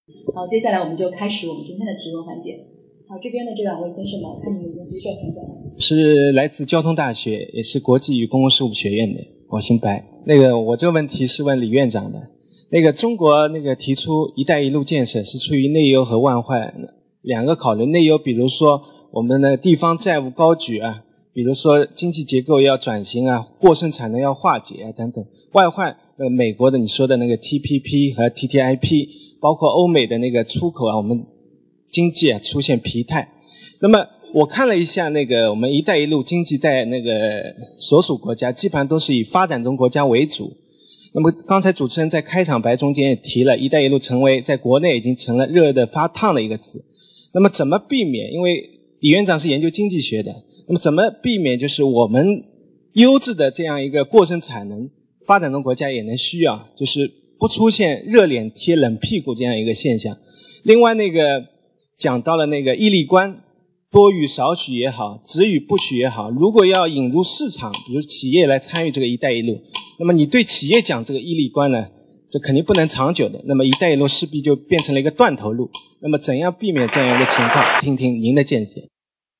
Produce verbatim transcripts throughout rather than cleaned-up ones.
好，接下来我们就开始我们今天的提问环节。好，这边的这两位先生们，看你们已经举手很久了。 是来自交通大学，也是国际与公共事务学院的，我姓白。那个我这个问题是问李院长的。那个中国那个提出一带一路建设是出于内忧和外患两个考虑。内忧比如说我们的地方债务高举啊，比如说经济结构要转型啊，过剩产能要化解啊等等。外患呃美国的你说的那个 T P P 和 T T I P， 包括欧美的那个出口啊，我们经济啊出现疲态。那么我看了一下那个我们一带一路经济带那个所属国家基本上都是以发展中国家为主。那么刚才主持人在开场白中间也提了，一带一路成为在国内已经成了热的发烫的一个词。那么怎么避免，因为李院长是研究经济学的，那么怎么避免就是我们优质的这样一个过剩产能发展中国家也能需要，就是不出现热脸贴冷屁股这样一个现象。另外那个讲到了那个毅力观，多与少取也好，只与不取也好，如果要引入市场，比如企业来参与这个一带一路，那么你对企业讲这个毅力观呢，这肯定不能长久的，那么一带一路势必就变成了一个断头路。那么怎样避免这样一个情况，听听您的见解。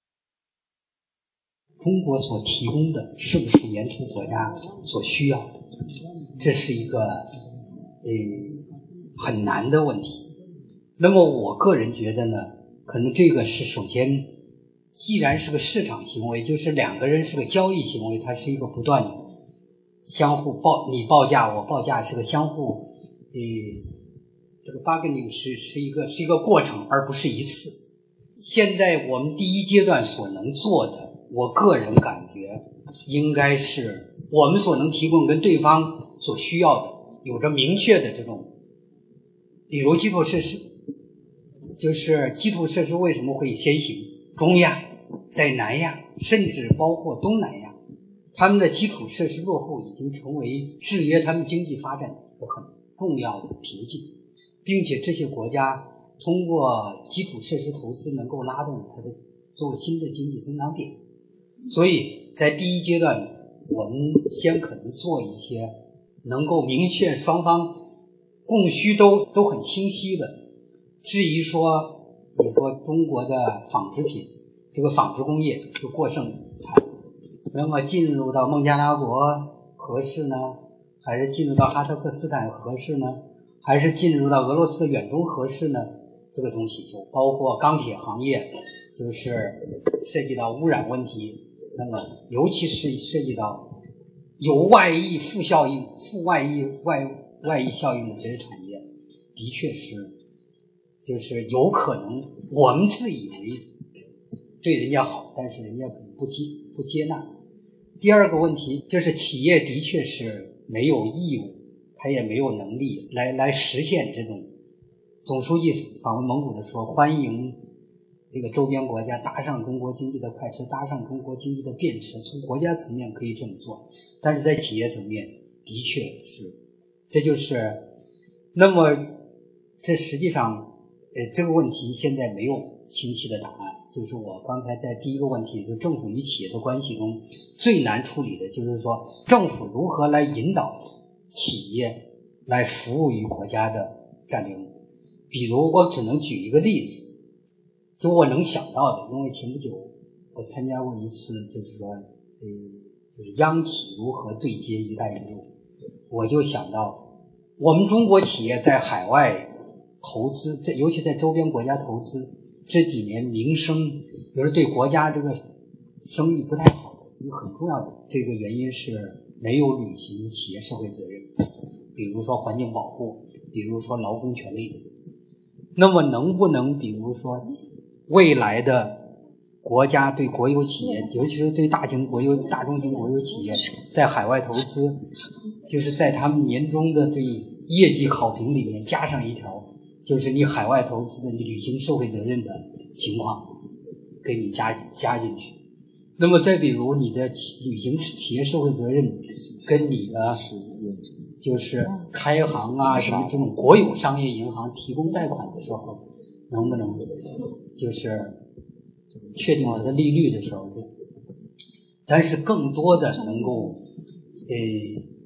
中国所提供的是不是沿途国家所需要的，这是一个呃很难的问题。那么我个人觉得呢，可能这个是首先既然是个市场行为，就是两个人是个交易行为，它是一个不断相互报，你报价我报价，是个相互呃这个 bargaining 是是一个是一个过程，而不是一次。现在我们第一阶段所能做的，我个人感觉应该是我们所能提供跟对方所需要的有着明确的这种，比如基础设施，就是基础设施为什么会先行？中亚、在南亚，甚至包括东南亚，他们的基础设施落后已经成为制约他们经济发展的一个很重要的瓶颈，并且这些国家通过基础设施投资能够拉动它的做新的经济增长点。所以在第一阶段，我们先可能做一些能够明确双方供需都都很清晰的。至于说你说中国的纺织品，这个纺织工业是过剩产，那么进入到孟加拉国合适呢，还是进入到哈萨克斯坦合适呢，还是进入到俄罗斯的远东合适呢？这个东西就包括钢铁行业，就是涉及到污染问题，那么尤其是涉及到有外溢负效应、负外溢外外溢效应的这些产业，的确是就是有可能我们自以为对人家好，但是人家可能不接不接纳。第二个问题就是企业的确是没有义务，他也没有能力来来实现这种。总书记访问蒙古的时候，欢迎这个周边国家搭上中国经济的快车，搭上中国经济的便车。从国家层面可以这么做，但是在企业层面的确是，这就是那么这实际上呃这个问题现在没有清晰的答案。就是我刚才在第一个问题，就是政府与企业的关系中最难处理的，就是说政府如何来引导企业来服务于国家的战略目的。比如我只能举一个例子，就我能想到的，因为前不久我参加过一次，就是说呃，就是央企如何对接一带一路，我就想到我们中国企业在海外投资，在尤其在周边国家投资，这几年名声有时对国家这个声誉不太好，一个很重要的这个原因是没有履行企业社会责任，比如说环境保护，比如说劳工权利。那么能不能比如说未来的国家对国有企业，尤其是对大型国有大中型国有企业在海外投资，就是在他们年终的对业绩考评里面加上一条，就是你海外投资的你履行社会责任的情况给你加加进去。那么再比如你的履行企业社会责任跟你的就是开行啊什么这种国有商业银行提供贷款的时候，能不能就是确定了它的利率的时候，但是更多的能够呃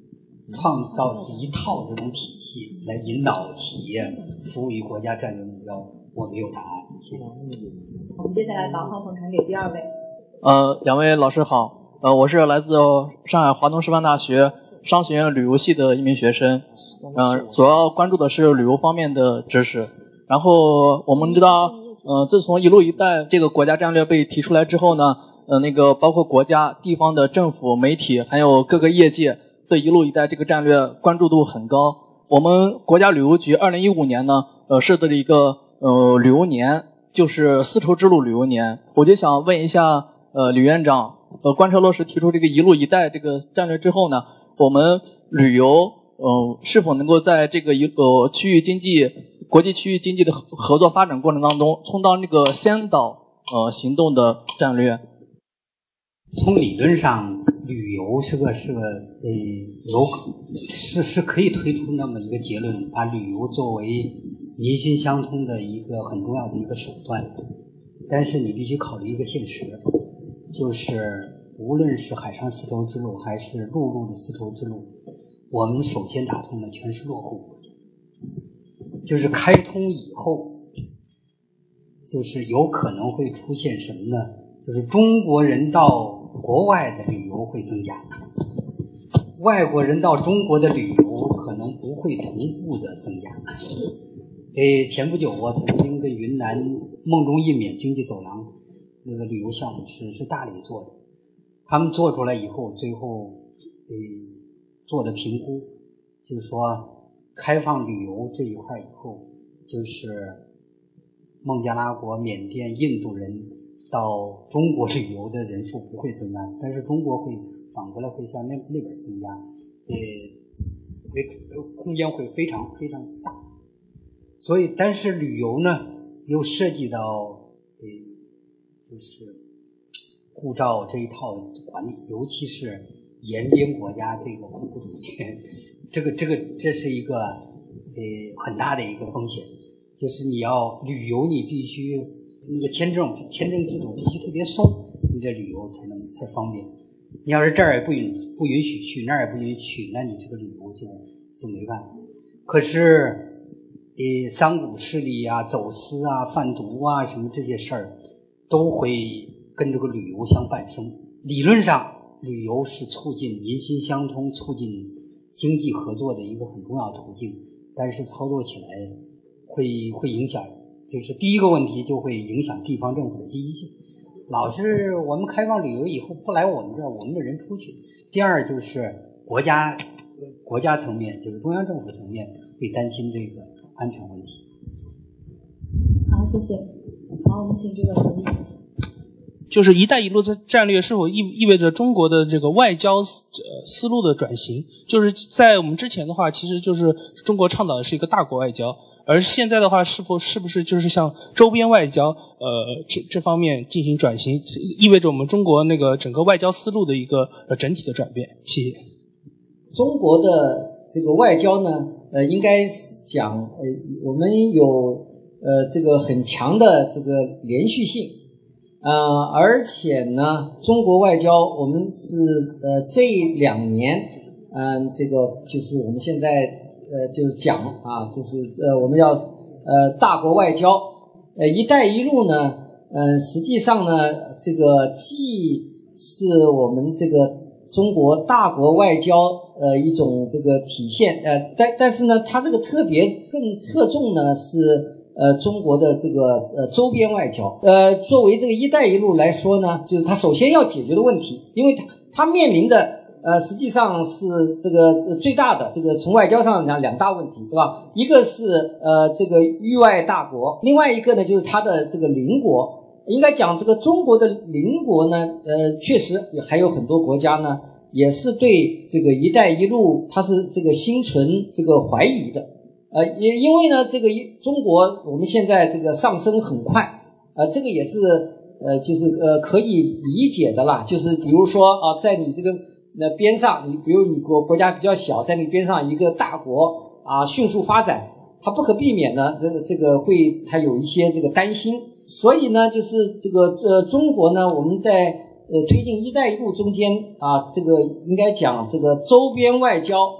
创造一套这种体系来引导企业服务于国家战略目标，我没有答案。谢谢。 我们接下来把话筒传给第二位。 呃，两位老师好，呃，我是来自上海华东师范大学商学院旅游系的一名学生，嗯、呃，主要关注的是旅游方面的知识。然后我们知道，呃，自从“一路一带”这个国家战略被提出来之后呢，呃，那个包括国家、地方的政府、媒体，还有各个业界对“一路一带”这个战略关注度很高。我们国家旅游局二零一五年呢，呃，设置了一个呃旅游年，就是丝绸之路旅游年。我就想问一下，呃，李院长，呃，贯彻落实提出这个“一路一带”这个战略之后呢，我们旅游呃是否能够在这个一呃区域经济、国际区域经济的合作发展过程当中，充当这个先导呃行动的战略？ 从理论上，旅游是个是个呃有是是可以推出那么一个结论，把旅游作为民心相通的一个很重要的一个手段。但是你必须考虑一个现实，就是无论是海上丝绸之路还是陆路的丝绸之路，我们首先打通的全是落后国家。就是开通以后，就是有可能会出现什么呢？就是中国人到国外的旅游会增加，外国人到中国的旅游可能不会同步的增加。诶，前不久我曾经跟云南梦中一缅经济走廊那个旅游项目是是大理做的，他们做出来以后，最后诶做的评估，就是说开放旅游这一块以后，就是孟加拉国、缅甸、印度人到中国旅游的人数不会增加，但是中国会反过来会向那那边增加，呃，空间会非常非常大。所以，但是旅游呢，又涉及到呃，就是护照这一套管理，尤其是沿边国家这个恐怖主义，这个这个这是一个呃很大的一个风险，就是你要旅游，你必须那个签证签证制度必须特别松，你这旅游才能才方便。你要是这儿也不允不允许去，那儿也不允许去，那你这个旅游就就没办法。可是，呃，三股势力啊、走私啊、贩毒啊什么这些事儿，都会跟这个旅游相伴生。理论上，旅游是促进民心相通、促进经济合作的一个很重要途径，但是操作起来会会影响，就是第一个问题就会影响地方政府的积极性。老是我们开放旅游以后不来我们这儿，我们的人出去。第二就是国家国家层面，就是中央政府层面会担心这个安全问题。 好，谢谢。好，我们请这位同志。 就是“一带一路”的战略是否意意味着中国的这个外交呃思路的转型？就是在我们之前的话，其实就是中国倡导的是一个大国外交，而现在的话，是否是不是就是像周边外交呃这这方面进行转型，意味着我们中国那个整个外交思路的一个呃整体的转变？谢谢。 中国的这个外交呢，呃，应该讲呃，我们有呃这个很强的这个连续性。呃，而且呢，中国外交我们是呃这两年，嗯、呃，这个就是我们现在呃就是讲啊，就是呃我们要呃大国外交，呃“一带一路”呢，呃实际上呢，这个既是我们这个中国大国外交呃一种这个体现，呃但但是呢，它这个特别更侧重呢是。呃，中国的这个呃周边外交，呃，作为这个“一带一路”来说呢，就是它首先要解决的问题，因为它它面临的呃实际上是这个最大的这个从外交上讲两大问题，对吧？一个是呃这个域外大国，另外一个呢就是它的这个邻国。应该讲这个中国的邻国呢，呃，确实还有很多国家呢，也是对这个“一带一路”它是这个心存这个怀疑的。呃，也因为呢，这个中国我们现在这个上升很快，呃，这个也是呃，就是呃可以理解的啦。就是比如说啊、呃，在你这个呃边上，你比如你国国家比较小，在你边上一个大国啊、呃、迅速发展，它不可避免呢，这个这个会它有一些这个担心。所以呢，就是这个呃中国呢，我们在呃推进“一带一路”中间啊，这个应该讲这个周边外交。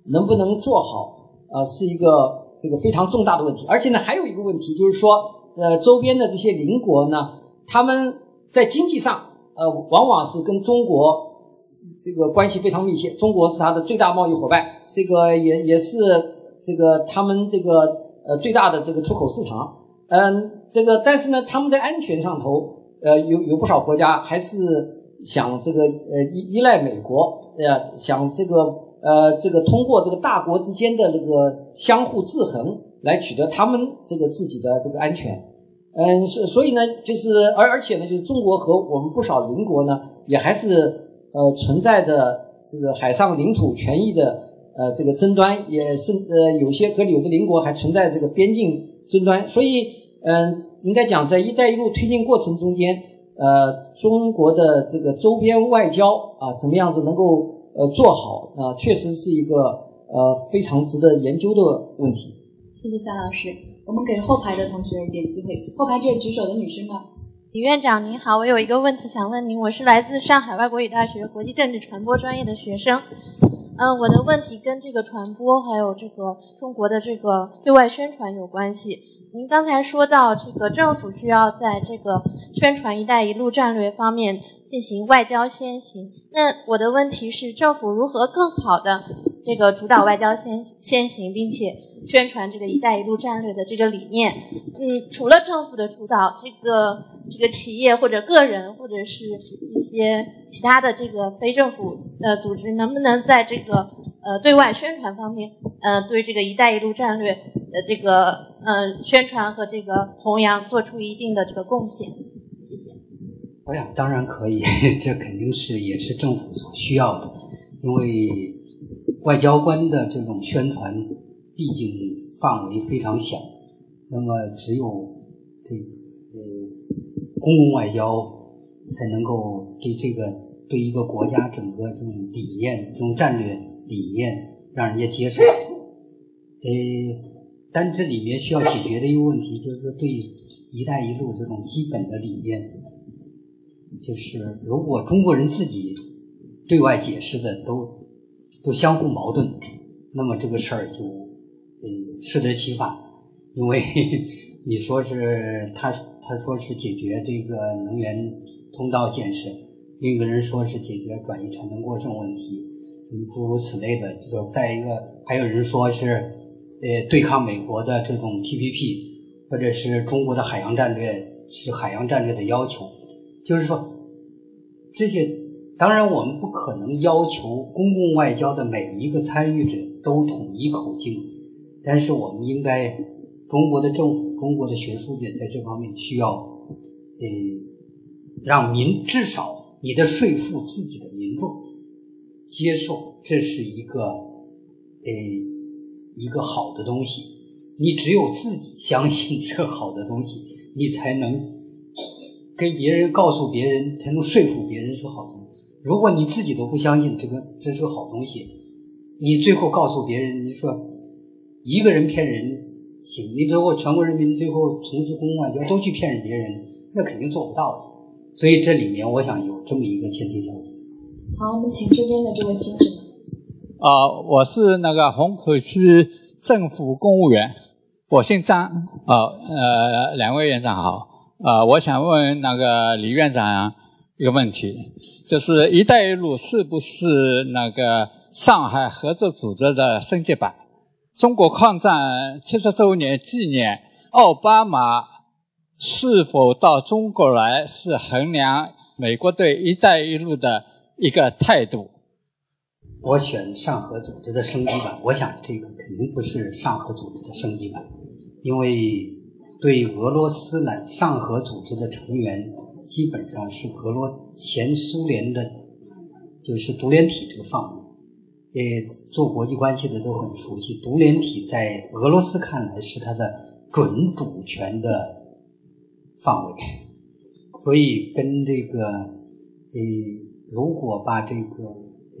能不能做好，呃，是一个这个非常重大的问题。而且呢，还有一个问题就是说，呃，周边的这些邻国呢，他们在经济上，呃，往往是跟中国这个关系非常密切，中国是他的最大贸易伙伴，这个也也是这个他们这个呃最大的这个出口市场。嗯，这个但是呢，他们在安全上头，呃，有有不少国家还是想这个呃依依赖美国，呃，想这个呃这个通过这个大国之间的这个相互制衡来取得他们这个自己的这个安全。嗯，所以呢，就是而而且呢，就是中国和我们不少邻国呢，也还是呃存在着这个海上领土权益的呃这个争端，也是呃有些和有的邻国还存在这个边境争端。所以嗯、呃，应该讲在“一带一路”推进过程中间，呃，中国的这个周边外交啊，怎么样子能够呃做好啊、呃，确实是一个呃非常值得研究的问题。 谢谢夏老师，我们给后排的同学一点机会。后排这位举手的女生吗？ 李院长您好，我有一个问题想问您，我是来自上海外国语大学国际政治传播专业的学生。嗯，我的问题跟这个传播还有这个中国的这个对外宣传有关系。您刚才说到这个政府需要在这个宣传“一带一路”战略方面进行外交先行，那我的问题是，政府如何更好的这个主导外交先先行，并且宣传这个“一带一路”战略的这个理念？嗯，除了政府的主导，这个这个企业或者个人或者是一些其他的这个非政府呃组织，能不能在这个呃对外宣传方面，呃对这个“一带一路”战略的这个呃宣传和这个弘扬做出一定的这个贡献？谢谢。 我想当然可以，这肯定是也是政府所需要的，因为外交官的这种宣传毕竟范围非常小，那么只有这呃公共外交才能够对这个对一个国家整个这种理念、这种战略理念让人家接受。呃，但这里面需要解决的一个问题，就是说对“一带一路”这种基本的理念，就是如果中国人自己对外解释的都都相互矛盾，那么这个事儿就嗯适得其反。因为你说是他他说是解决这个能源通道建设，另一个人说是解决转移产能过剩问题，嗯，诸如此类的。就是再一个，还有人说是呃对抗美国的这种 T P P， 或者是中国的海洋战略是海洋战略的要求。就是说这些，当然我们不可能要求公共外交的每一个参与者都统一口径，但是我们应该，中国的政府、中国的学术界在这方面需要呃让民，至少你的说服自己的民众接受这是一个呃一个好的东西。你只有自己相信这好的东西，你才能跟别人告诉别人，才能说服别人是好东西。如果你自己都不相信这个这是好东西，你最后告诉别人，你说一个人骗人行，你最后全国人民最后从事公共外交都去骗人别人，那肯定做不到的。所以这里面我想有这么一个前提条件。 好，我们请这边的这位先生。 啊、呃，我是那个虹口区政府公务员，我姓张。啊、呃，呃，两位院长好。啊、呃，我想问那个李院长一个问题，就是“一带一路”是不是那个上海合作组织的升级版？中国抗战七十周年纪念，奥巴马是否到中国来，是衡量美国对“一带一路”的一个态度。 我选上合组织的升级版，我想这个肯定不是上合组织的升级版，因为对俄罗斯呢，上合组织的成员基本上是俄罗前苏联的，就是独联体这个范围。呃，做国际关系的都很熟悉，独联体在俄罗斯看来是它的准主权的范围，所以跟这个呃，如果把这个呃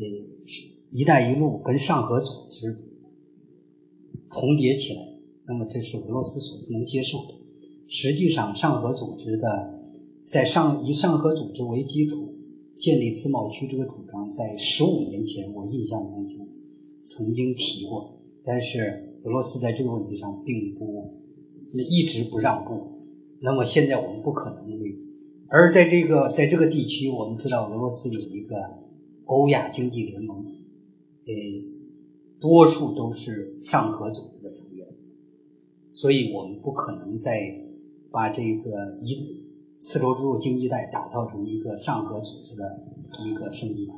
“一带一路”跟上合组织重叠起来，那么这是俄罗斯所不能接受的。实际上，上合组织的在上以上合组织为基础建立自贸区这个主张，在十五年前我印象中就曾经提过，但是俄罗斯在这个问题上并不一直不让步。那么现在我们不可能为，而在这个在这个地区，我们知道俄罗斯有一个欧亚经济联盟，呃，多数都是上合组织的成员，所以我们不可能再把这个一丝绸之路经济带打造成一个上合组织的一个升级版。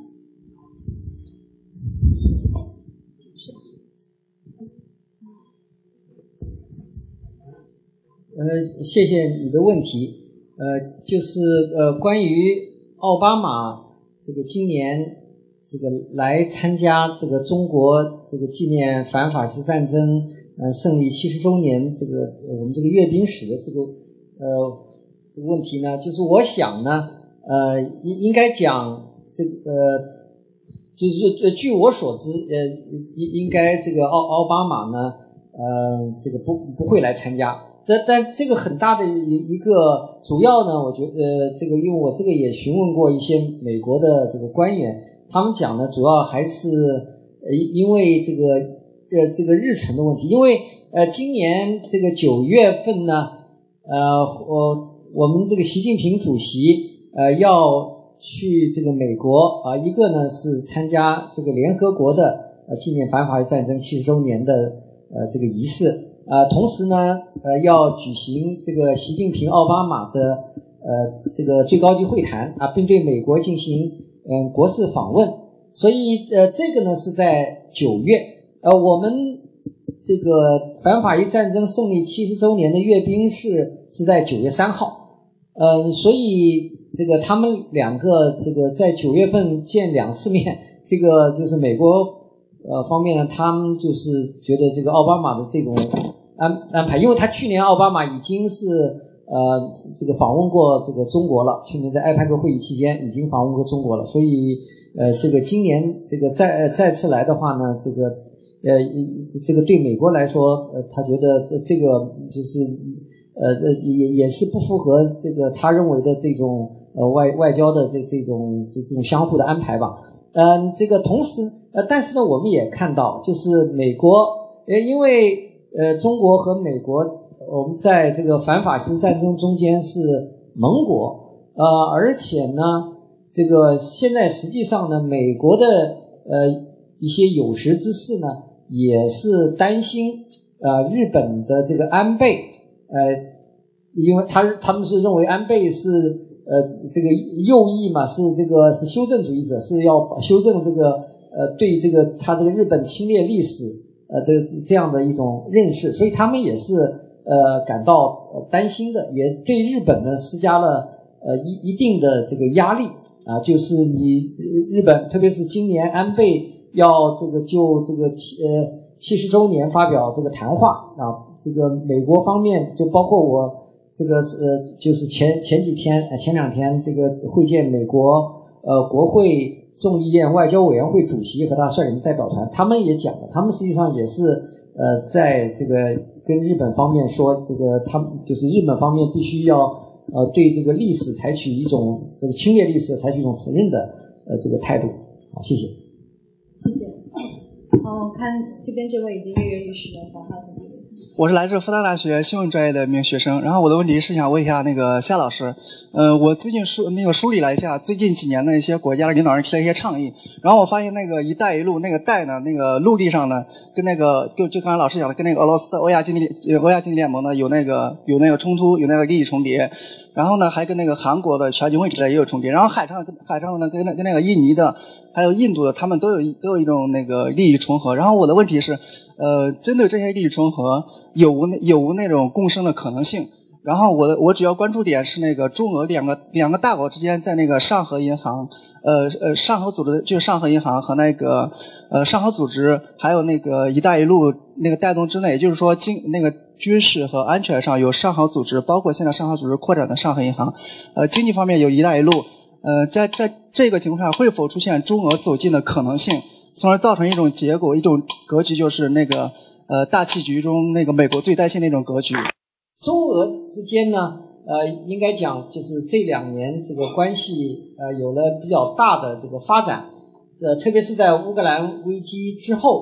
呃，谢谢你的问题。呃，就是呃，关于奥巴马这个今年这个来参加这个中国这个纪念反法西斯战争呃胜利七十周年这个、呃、我们这个阅兵史的这个呃问题呢，就是我想呢，呃，应应该讲这个呃，就是呃，据我所知，呃，应应该这个奥奥巴马呢，呃，这个不不会来参加。但但这个很大的一个主要呢，我觉得呃，这个因为我这个也询问过一些美国的这个官员，他们讲呢，主要还是呃因为这个呃这个日程的问题，因为呃今年这个九月份呢，呃我我们这个习近平主席呃要去这个美国啊、呃，一个呢是参加这个联合国的呃纪念反法西斯战争七十周年的呃这个仪式。呃，同时呢，呃，要举行这个习近平、奥巴马的呃这个最高级会谈啊，并对美国进行嗯、呃、国事访问。所以呃，这个呢是在九月。呃，我们这个反法西斯战争胜利七十周年的阅兵式是在九月三号。嗯、呃，所以这个他们两个这个在九月份见两次面，这个就是美国呃方面呢，他们就是觉得这个奥巴马的这种安安排，因为他去年奥巴马已经是呃这个访问过这个中国了，去年在埃佩克会议期间已经访问过中国了，所以呃这个今年这个再再次来的话呢，这个呃这个对美国来说，呃他觉得这个就是呃也也是不符合这个他认为的这种呃外外交的这这种这种相互的安排吧。嗯、呃，这个同时呃但是呢，我们也看到就是美国呃因为呃，中国和美国，我们在这个反法西斯战争中间是盟国，呃，而且呢，这个现在实际上呢，美国的呃一些有识之士呢，也是担心呃日本的这个安倍，呃，因为他他们是认为安倍是呃这个右翼嘛，是这个是修正主义者，是要修正这个呃对这个他这个日本侵略历史。呃的这样的一种认识，所以他们也是呃感到呃担心的，也对日本呢施加了呃一一定的这个压力啊，就是你日本特别是今年安倍要这个就这个七呃七十周年发表这个谈话啊，这个美国方面就包括我这个呃就是前前几天呃前两天这个会见美国呃国会众议院外交委员会主席和他率领的代表团，他们也讲了，他们实际上也是呃在这个跟日本方面说，这个他们就是日本方面必须要呃对这个历史采取一种这个侵略历史采取一种承认的呃这个态度。好，谢谢。 谢谢。好，我看这边这位已经跃跃欲试了，黄浩同学。 我是来自复旦大学新闻专业的一名学生，然后我的问题是想问一下那个夏老师，呃，我最近梳那个梳理了一下最近几年的一些国家的领导人提的一些倡议，然后我发现那个“一带一路”那个“带”呢，那个陆地上呢，跟那个就就刚才老师讲的，跟那个俄罗斯的欧亚经济欧亚经济联盟呢有那个有那个冲突，有那个利益重叠。然后呢，还跟那个韩国的全球问题也有重叠。然后海上跟海上的呢，跟那跟那个印尼的，还有印度的，他们都有都有一种那个利益重合。然后我的问题是，呃，针对这些利益重合，有无有无那种共生的可能性？然后我的我主要关注点是那个中俄两个两个大国之间在那个上合银行，呃呃上合组织就是上合银行和那个呃上合组织，还有那个“一带一路”那个带动之内，也就是说经那个军事和安全上有上合组织，包括现在上合组织扩展的上合银行，呃经济方面有“一带一路”，呃在在这个情况下会否出现中俄走近的可能性，从而造成一种结果一种格局，就是那个呃大气局中那个美国最担心那种格局。 中俄之间呢，呃，应该讲就是这两年这个关系呃有了比较大的这个发展，呃，特别是在乌克兰危机之后，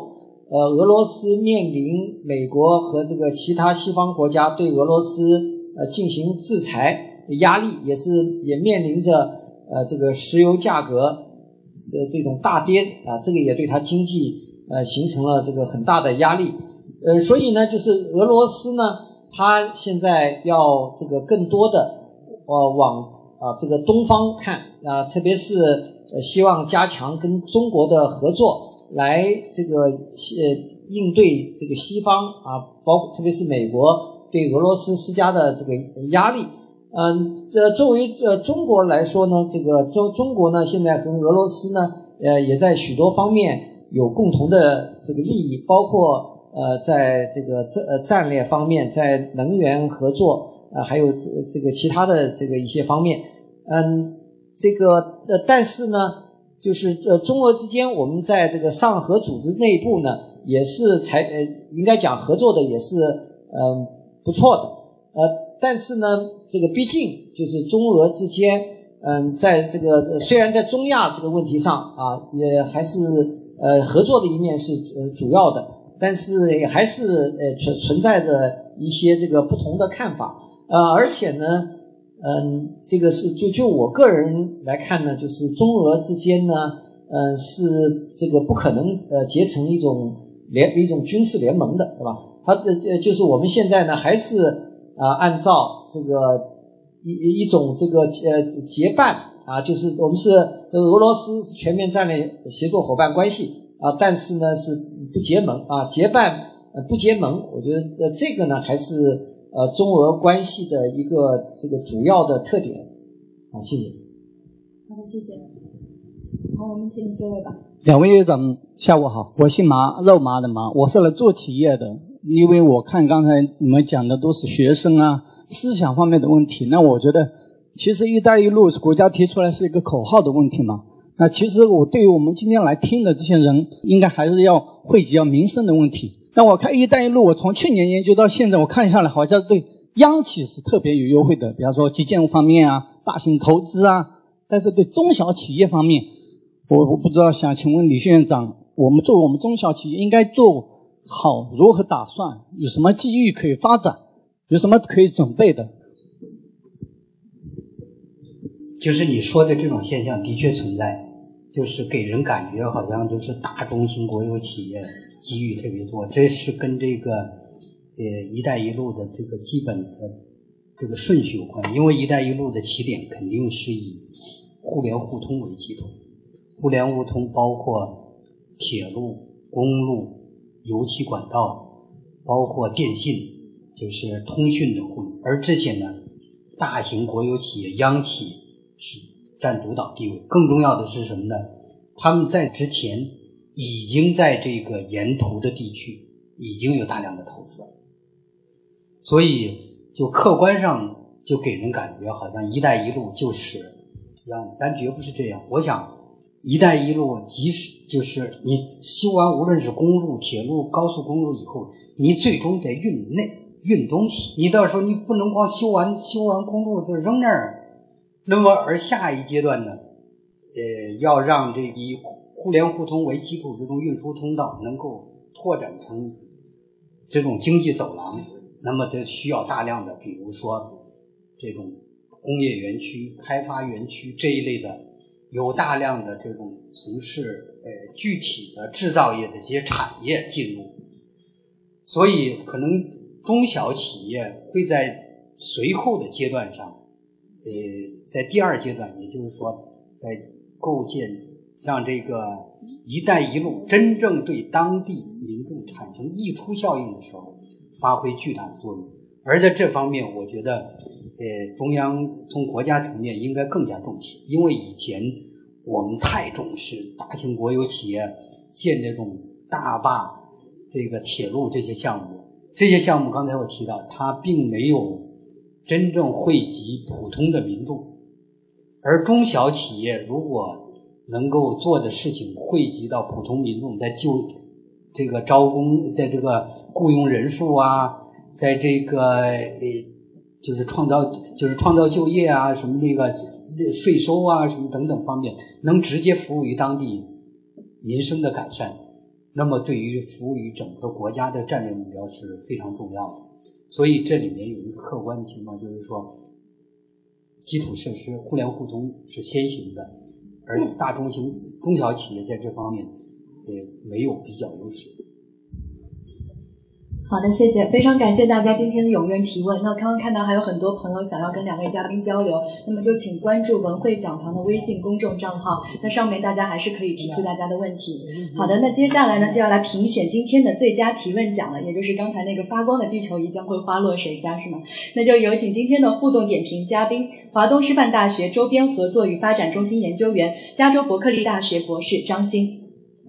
呃俄罗斯面临美国和这个其他西方国家对俄罗斯呃进行制裁的压力，也是也面临着呃这个石油价格的这种大跌啊，这个也对它经济呃形成了这个很大的压力。呃，所以呢，就是俄罗斯呢，它现在要这个更多的呃往啊这个东方看啊，特别是呃希望加强跟中国的合作，来这个呃应对这个西方啊，包括特别是美国对俄罗斯施加的这个压力。嗯，呃，作为呃中国来说呢，这个中中国呢，现在跟俄罗斯呢，呃，也在许多方面有共同的这个利益，包括。呃，在这个战呃战略方面，在能源合作，呃，还有这这个其他的这个一些方面，嗯，这个呃，但是呢，就是呃，中俄之间，我们在这个上合组织内部呢，也是才呃，应该讲合作的也是嗯、呃、不错的，呃，但是呢，这个毕竟就是中俄之间，嗯，在这个虽然在中亚这个问题上啊，也还是呃合作的一面是呃主要的。但是也还是呃存存在着一些这个不同的看法，呃，而且呢，嗯，这个是就就我个人来看呢，就是中俄之间呢，嗯、呃，是这个不可能呃结成一种联一种军事联盟的，对吧？它呃就是我们现在呢还是啊、呃、按照这个一一种这个呃结伴啊，就是我们是和俄罗斯是全面战略协作伙伴关系。啊，但是呢是不结盟啊，结伴呃不结盟，我觉得呃这个呢还是呃中俄关系的一个这个主要的特点。好，谢谢。 好的，谢谢。好，我们请各位吧。 两位院长，下午好，我姓马，肉麻的麻，我是来做企业的。因为我看刚才你们讲的都是学生啊，思想方面的问题，那我觉得其实“一带一路”是国家提出来是一个口号的问题嘛。那其实我对于我们今天来听的这些人，应该还是要惠及到民生的问题。那我看“一带一路”，我从去年研究到现在，我看下来好像对央企是特别有优惠的，比方说基建方面啊、大型投资啊，但是对中小企业方面，我我不知道，想请问李院长，我们作为我们中小企业应该做好如何打算，有什么机遇可以发展，有什么可以准备的？ 就是你说的这种现象的确存在。就是给人感觉好像就是大中型国有企业机遇特别多，这是跟这个呃“一带一路”的这个基本的这个顺序有关。因为“一带一路”的起点肯定是以互联互通为基础，互联互通包括铁路、公路、油气管道，包括电信，就是通讯的互通。而这些呢，大型国有企业、央企是占主导地位。更重要的是什么呢？他们在之前已经在这个沿途的地区已经有大量的投资了，所以就客观上就给人感觉好像“一带一路”就是让，但绝不是这样。我想“一带一路”即使就是你修完无论是公路、铁路、高速公路以后，你最终得运内运东西，你到时候你不能光修完修完公路就扔那儿。那么而下一阶段呢，呃，要让这以互联互通为基础这种运输通道能够拓展成这种经济走廊，那么就需要大量的比如说这种工业园区、开发园区这一类的有大量的这种从事呃具体的制造业的这些产业进入，所以可能中小企业会在随后的阶段上，呃，在第二阶段，也就是说，在构建让这个“一带一路”真正对当地民众产生溢出效应的时候，发挥巨大的作用。而在这方面，我觉得，呃，中央从国家层面应该更加重视，因为以前我们太重视大型国有企业建这种大坝、这个铁路这些项目，这些项目刚才我提到，它并没有真正惠及普通的民众，而中小企业如果能够做的事情惠及到普通民众，在就这个招工，在这个雇佣人数啊，在这个呃就是创造就是创造就业啊，什么那个税收啊，什么等等方面，能直接服务于当地民生的改善， 那么对于服务于整个国家的战略目标是非常重要的。所以这里面有一个客观情况，就是说基础设施互联互通是先行的，而且大中型中小企业在这方面呃没有比较优势。 好的，谢谢，非常感谢大家今天的踊跃提问。那刚刚看到还有很多朋友想要跟两位嘉宾交流，那么就请关注文汇讲堂的微信公众账号，在上面大家还是可以提出大家的问题。好的，那接下来呢就要来评选今天的最佳提问奖了，也就是刚才那个发光的地球仪将会花落谁家，是吗？那就有请今天的互动点评嘉宾，华东师范大学周边合作与发展中心研究员，加州伯克利大学博士张欣。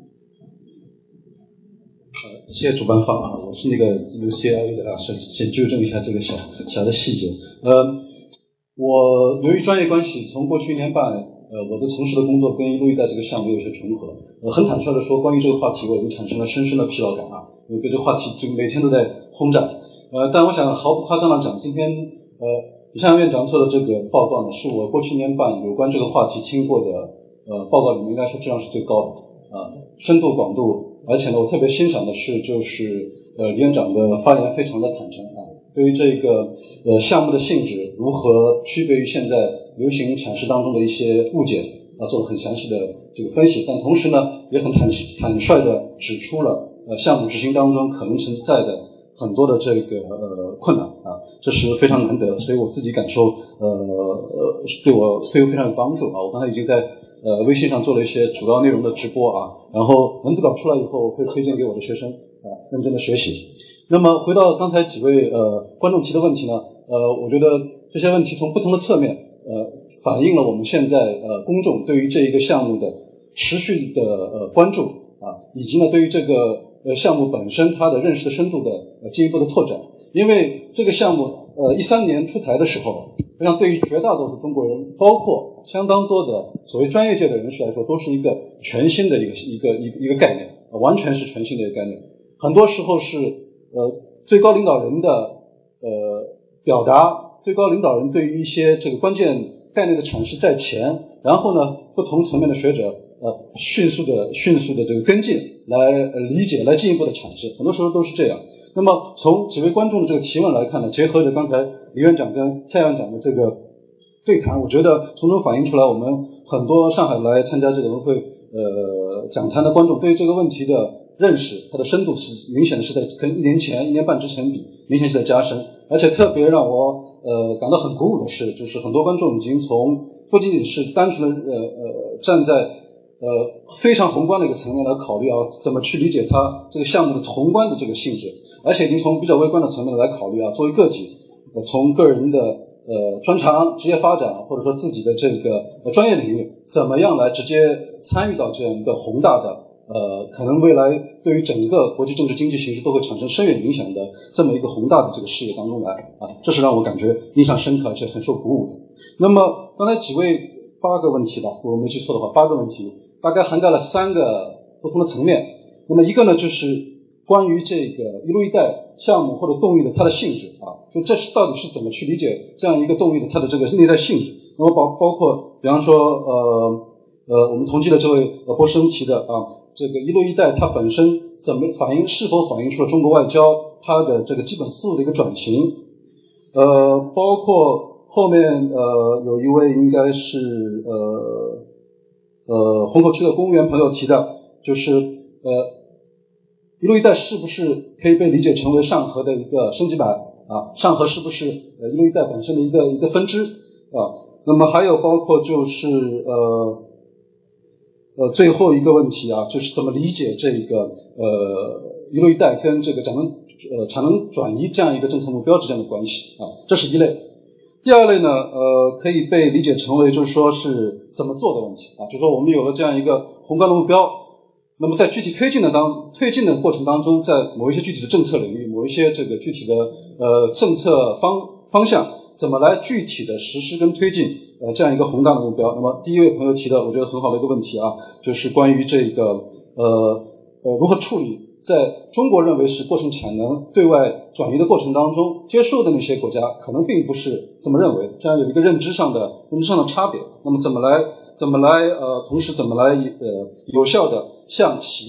呃，谢谢主办方啊，我是那个 U C L A 的老师，先纠正一下这个小小的细节。呃，我由于专业关系，从过去一年半，呃，我的从事的工作跟一路一带这个项目有些重合。呃，很坦率的说，关于这个话题，我已经产生了深深的疲劳感啊，因为对这个话题就每天都在轰炸。呃，但我想毫不夸张的讲，今天呃，李向阳院长做的这个报告呢，是我过去一年半有关这个话题听过的呃报告里面应该说质量是最高的啊、呃，深度广度。而且呢，我特别欣赏的是，就是呃，李院长的发言非常的坦诚啊，对于这个呃项目的性质如何区别于现在流行阐释当中的一些误解啊，做了很详细的这个分析。但同时呢，也很坦坦率的指出了呃项目执行当中可能存在的很多的这个呃困难啊，这是非常难得，所以我自己感受呃呃对我非非常有帮助啊。我刚才已经在呃微信上做了一些主要内容的直播啊。然后文字稿出来以后，我会推荐给我的学生啊，认真的学习。那么回到刚才几位呃观众提的问题呢，呃，我觉得这些问题从不同的侧面呃反映了我们现在呃公众对于这一个项目的持续的呃关注啊，以及呢对于这个呃项目本身它的认识的深度的呃进一步的拓展。因为这个项目呃一三年出台的时候，实际上对于绝大多数中国人，包括相当多的所谓专业界的人士来说，都是一个全新的一个一个一个一个概念，完全是全新的一个概念。很多时候是呃最高领导人的呃表达，最高领导人对于一些这个关键概念的阐释在前，然后呢不同层面的学者呃迅速的迅速的这个跟进来、呃、理解，来进一步的阐释，很多时候都是这样。那么从几位观众的这个提问来看呢，结合着刚才李院长跟蔡院长的这个对谈，我觉得从中反映出来，我们很多上海来参加这个文汇呃讲坛的观众对于这个问题的认识，它的深度是明显的是在跟一年前、一年半之前比，明显是在加深。而且特别让我呃感到很鼓舞的是，就是很多观众已经从不仅仅是单纯的呃呃站在呃非常宏观的一个层面来考虑啊，怎么去理解它这个项目的宏观的这个性质，而且已经从比较微观的层面来考虑啊，作为个体，呃从个人的呃专长、职业发展，或者说自己的这个呃专业领域，怎么样来直接参与到这样一个宏大的呃可能未来对于整个国际政治经济形势都会产生深远影响的这么一个宏大的这个事业当中来啊，这是让我感觉印象深刻而且很受鼓舞的。那么刚才几位八个问题吧，如果没记错的话，八个问题大概涵盖了三个不同的层面。那么一个呢，就是关于这个一路一带项目或者动力的它的性质啊，就这是到底是怎么去理解这样一个动力的它的这个内在性质。那么包包括比方说呃呃我们同期的这位呃博士生提的啊，这个一路一带它本身怎么反映，是否反映出了中国外交它的这个基本思路的一个转型。呃包括后面呃有一位应该是呃呃虹口区的公务员朋友提的，就是呃一路一带是不是可以被理解成为上合的一个升级版啊？上合是不是呃一路一带本身的一个一个分支啊？那么还有包括就是呃呃最后一个问题啊，就是怎么理解这个呃一路一带跟这个产能呃产能转移这样一个政策目标之间的关系啊？这是一类。第二类呢，呃，可以被理解成为就是说是怎么做的问题啊，就是说我们有了这样一个宏观的目标，那么在具体推进的当推进的过程当中，在某一些具体的政策领域，某一些这个具体的呃政策方方向，怎么来具体的实施跟推进呃这样一个宏大的目标。那么第一位朋友提的，我觉得很好的一个问题啊，就是关于这个呃呃如何处理在中国认为是过剩产能对外转移的过程当中，接受的那些国家可能并不是这么认为，这样有一个认知上的认知上的差别。那么怎么来怎么来呃同时怎么来呃有效的向企业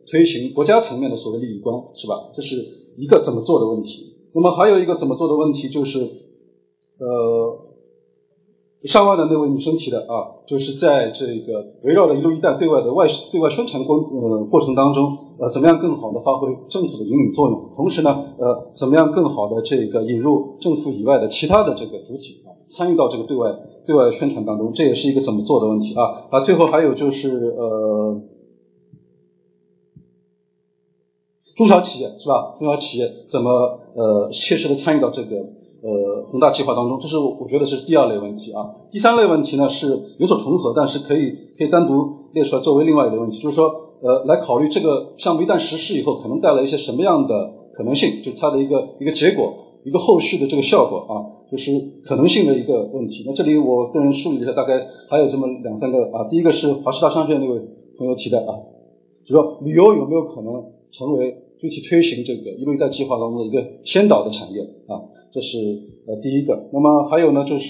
推行国家层面的所谓利益观，是吧？这是一个怎么做的问题。那么还有一个怎么做的问题就是，呃，上万的那位女生提的啊，就是在这个围绕着一路一带对外的外对外宣传过呃过程当中，呃，怎么样更好的发挥政府的引领作用？同时呢，呃，怎么样更好的这个引入政府以外的其他的这个主体啊，参与到这个对外对外宣传当中，这也是一个怎么做的问题啊啊。最后还有就是呃，中小企业是吧？中小企业怎么呃切实的参与到这个呃宏大计划当中，这是我觉得是第二类问题啊。第三类问题呢是有所重合，但是可以可以单独列出来作为另外一类问题，就是说呃来考虑这个项目一旦实施以后可能带来一些什么样的可能性，就它的一个一个结果，一个后续的这个效果啊，就是可能性的一个问题。那这里我个人梳理一下，大概还有这么两三个啊。第一个是华师大商学院那位朋友提的啊，就说旅游有没有可能成为具体推行这个一路一带计划当中的一个先导的产业啊，这是呃第一个。那么还有呢，就是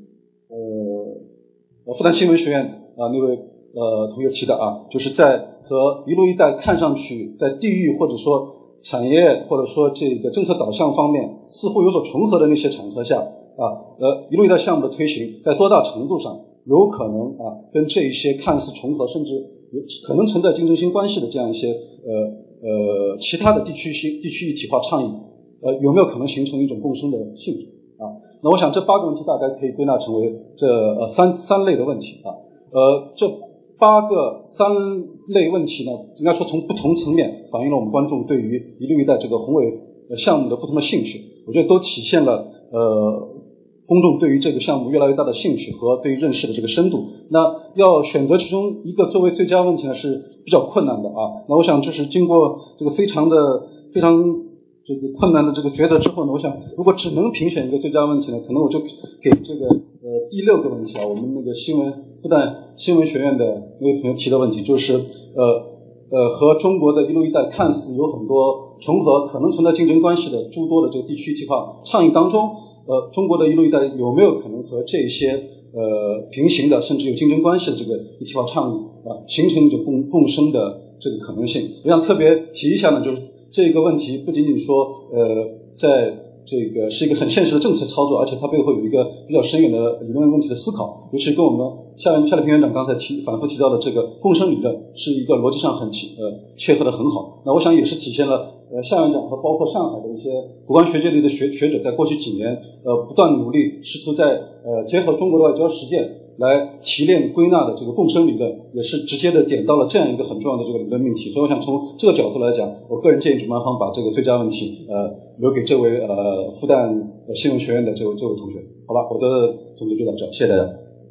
呃复旦新闻学院啊那位呃同学提的啊，就是在和一路一带看上去在地域或者说产业或者说这个政策导向方面似乎有所重合的那些场合下啊，呃一路一带项目的推行在多大程度上有可能啊跟这一些看似重合甚至有可能存在竞争性关系的这样一些呃呃，其他的地区性地区一体化倡议，呃，有没有可能形成一种共生的性质啊？那我想这八个问题大概可以归纳成为这呃三三类的问题啊。呃，这八个三类问题呢，应该说从不同层面反映了我们观众对于一路一带这个宏伟项目的不同的兴趣，我觉得都体现了呃公众对于这个项目越来越大的兴趣和对于认识的这个深度。那要选择其中一个作为最佳问题呢，是比较困难的啊。那我想就是经过这个非常的非常这个困难的这个抉择之后呢，我想如果只能评选一个最佳问题呢，可能我就给这个呃第六个问题啊，我们那个新闻复旦新闻学院的那位同学提的问题，就是呃呃和中国的一路一带看似有很多重合，可能存在竞争关系的诸多的这个地区一体化倡议当中，呃中国的一路一带有没有可能和这些呃平行的甚至有竞争关系的这个一体化倡议啊形成一种共共生的这个可能性？我想特别提一下呢，就是这个问题不仅仅说呃在这个是一个很现实的政策操作，而且它背后有一个比较深远的理论问题的思考，尤其跟我们夏夏立平院长刚才提反复提到的这个共生理论是一个逻辑上很呃切合的很好。那我想也是体现了呃夏院长和包括上海的一些有关学界里的学学者在过去几年呃不断努力，试图在呃结合中国的外交实践来提炼归纳的这个共生理论，也是直接的点到了这样一个很重要的这个理论命题。所以我想从这个角度来讲，我个人建议主办方把这个最佳问题呃留给这位呃复旦新闻学院的这位这位同学。好吧，我的总结就到这，谢谢大家。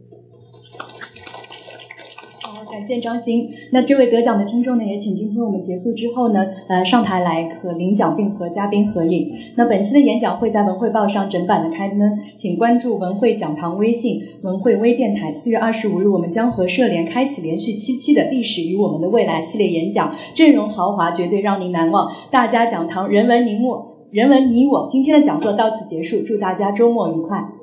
感谢张欣。那这位得奖的听众呢，也请今天我们结束之后呢，呃，上台来和领奖并和嘉宾合影。那本期的演讲会在文汇报上整版的开灯，请关注文汇讲堂微信、文汇微电台。四月二十五日，我们将和社联开启连续七期的历史与我们的未来系列演讲，阵容豪华，绝对让您难忘。大家讲堂人文你我，人文你我。今天的讲座到此结束，祝大家周末愉快。